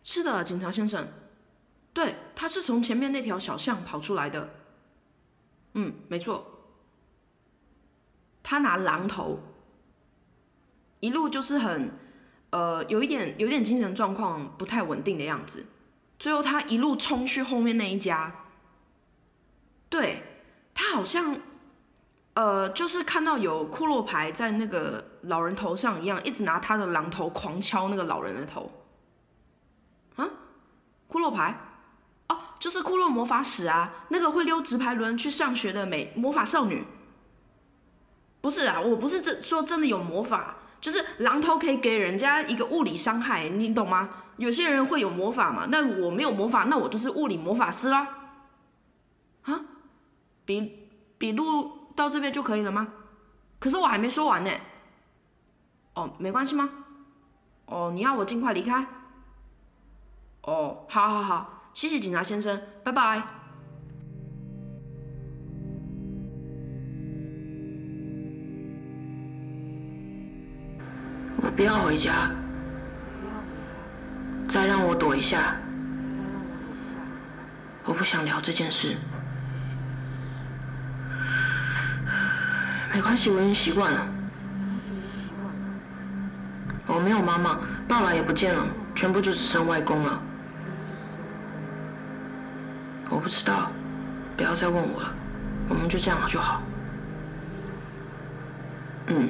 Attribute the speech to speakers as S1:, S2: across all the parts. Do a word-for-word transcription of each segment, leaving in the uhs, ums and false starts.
S1: 是的，警察先生。对，他是从前面那条小巷跑出来的。嗯，没错。他拿榔头，一路就是很，呃，有一点有一点精神状况不太稳定的样子。最后他一路冲去后面那一家。对，他好像，呃，就是看到有骷髅牌在那个老人头上一样，一直拿他的榔头狂敲那个老人的头。啊，骷髅牌？哦，就是骷髅魔法使啊，那个会溜直排轮去上学的美魔法少女。不是啊，我不是真说真的有魔法，就是榔头可以给人家一个物理伤害，你懂吗？有些人会有魔法嘛，那我没有魔法，那我就是物理魔法师啦。啊，笔笔录到这边就可以了吗？可是我还没说完呢。哦，没关系吗？哦，你要我尽快离开？哦，好好好，谢谢警察先生，拜拜。
S2: 我不要回家，再让我躲一下，我不想聊这件事。没关系，我已经习惯了。我没有妈妈，爸爸也不见了，全部就只剩外公了。我不知道，不要再问我了，我们就这样就好。嗯。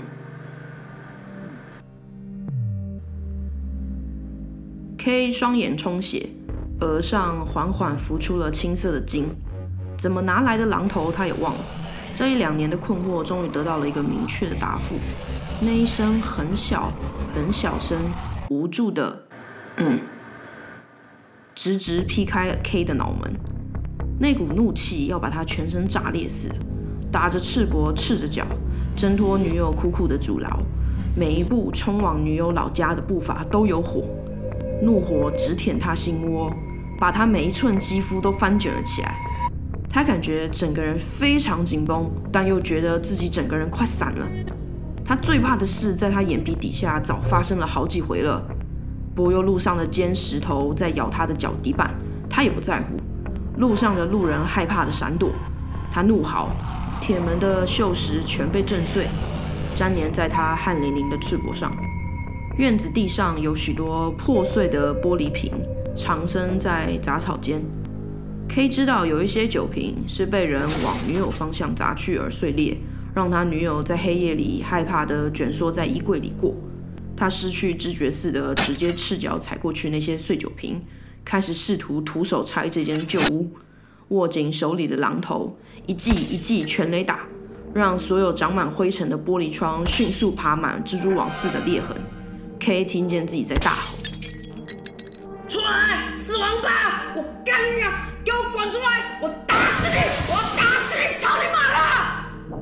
S1: K 双眼充血，额上缓缓浮出了青色的筋，怎么拿来的榔头他也忘了。这一两年的困惑终于得到了一个明确的答复，那一声很小很小声无助的嗯，直直劈开了 K 的脑门，那股怒气要把他全身炸裂似的，打着赤膊赤着脚挣脱女友苦苦的阻挠，每一步冲往女友老家的步伐都有火，怒火直舔他心窝，把他每一寸肌肤都翻卷了起来。他感觉整个人非常紧绷，但又觉得自己整个人快散了。他最怕的事在他眼皮底下早发生了好几回了。柏油路上的尖石头在咬他的脚底板，他也不在乎。路上的路人害怕的闪躲，他怒嚎，铁门的锈蚀全被震碎，粘连在他汗淋淋的赤膊上。院子地上有许多破碎的玻璃瓶，藏身在杂草间。K 知道有一些酒瓶是被人往女友方向砸去而碎裂，让他女友在黑夜里害怕地卷缩在衣柜里过。他失去知觉似的直接赤脚踩过去那些碎酒瓶，开始试图徒手拆这间旧屋，握紧手里的榔头，一记一记全垒打，让所有长满灰尘的玻璃窗迅速爬满蜘蛛网似的裂痕。K 听见自己在大吼：出来，死王八！我干你娘！给我滚出来！我打死你！我打死你！操你妈的！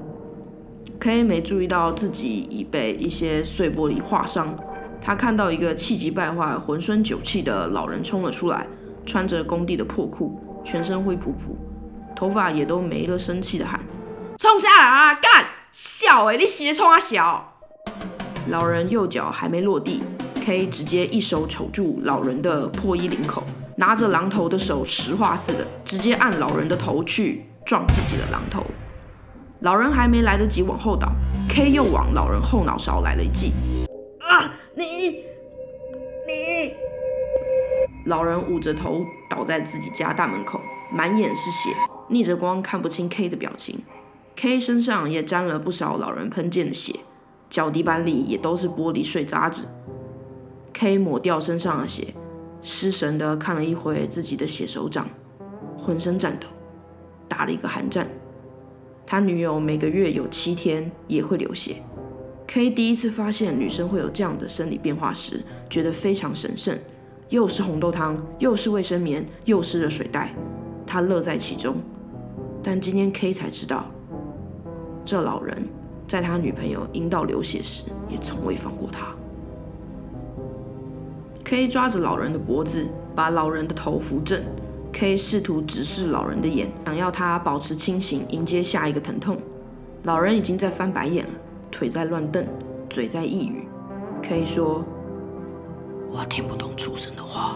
S1: K 没注意到自己已被一些碎玻璃划伤，他看到一个气急败坏、浑身酒气的老人冲了出来，穿着工地的破裤，全身灰扑扑，头发也都没了，生气的喊：冲下来啊！干！小欸，你死冲啊小！老人右脚还没落地 ，K 直接一手瞅住老人的破衣领口，拿着榔头的手石化似的，直接按老人的头去撞自己的榔头。老人还没来得及往后倒 ，K 又往老人后脑勺来了一记。啊！你你！老人捂着头倒在自己家大门口，满眼是血，逆着光看不清 K 的表情。K 身上也沾了不少老人喷溅的血。脚底板里也都是玻璃碎渣子。K 抹掉身上的血，失神的看了一回自己的血手掌，浑身颤抖，打了一个寒战。他女友每个月有七天也会流血。K 第一次发现女生会有这样的生理变化时，觉得非常神圣，又是红豆汤，又是卫生棉，又是热水袋，他乐在其中。但今天 K 才知道，这老人在他女朋友阴道流血时，也从未放过他。K 抓着老人的脖子，把老人的头扶正。K 试图直视老人的眼，想要他保持清醒，迎接下一个疼痛。老人已经在翻白眼了，腿在乱蹬，嘴在呓语。K 说：“我听不懂畜生的话。”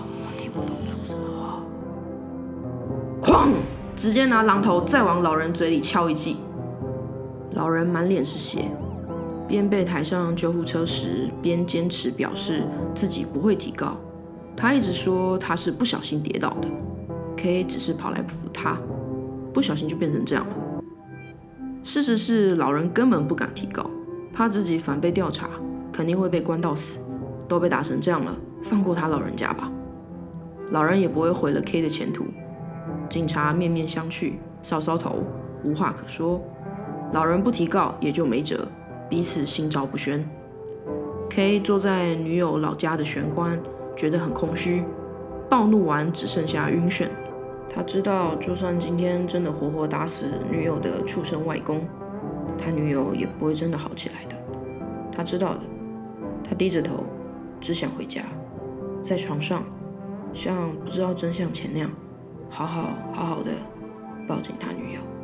S2: 听不懂说什么话。
S1: 哐！直接拿榔头再往老人嘴里敲一记，老人满脸是血，边被抬上救护车时，边坚持表示自己不会提告。他一直说他是不小心跌倒的 ，K 只是跑来扶他，不小心就变成这样了。事实是，老人根本不敢提告，怕自己反被调查，肯定会被关到死。都被打成这样了，放过他老人家吧。老人也不会毁了 K 的前途。警察面面相觑，搔搔头，无话可说。老人不提告也就没辙，彼此心照不宣。K 坐在女友老家的玄关，觉得很空虚，暴怒完只剩下晕眩。他知道，就算今天真的活活打死女友的畜生外公，他女友也不会真的好起来的。他知道的。他低着头，只想回家，在床上，像不知道真相前那样，好好好好的抱紧他女友。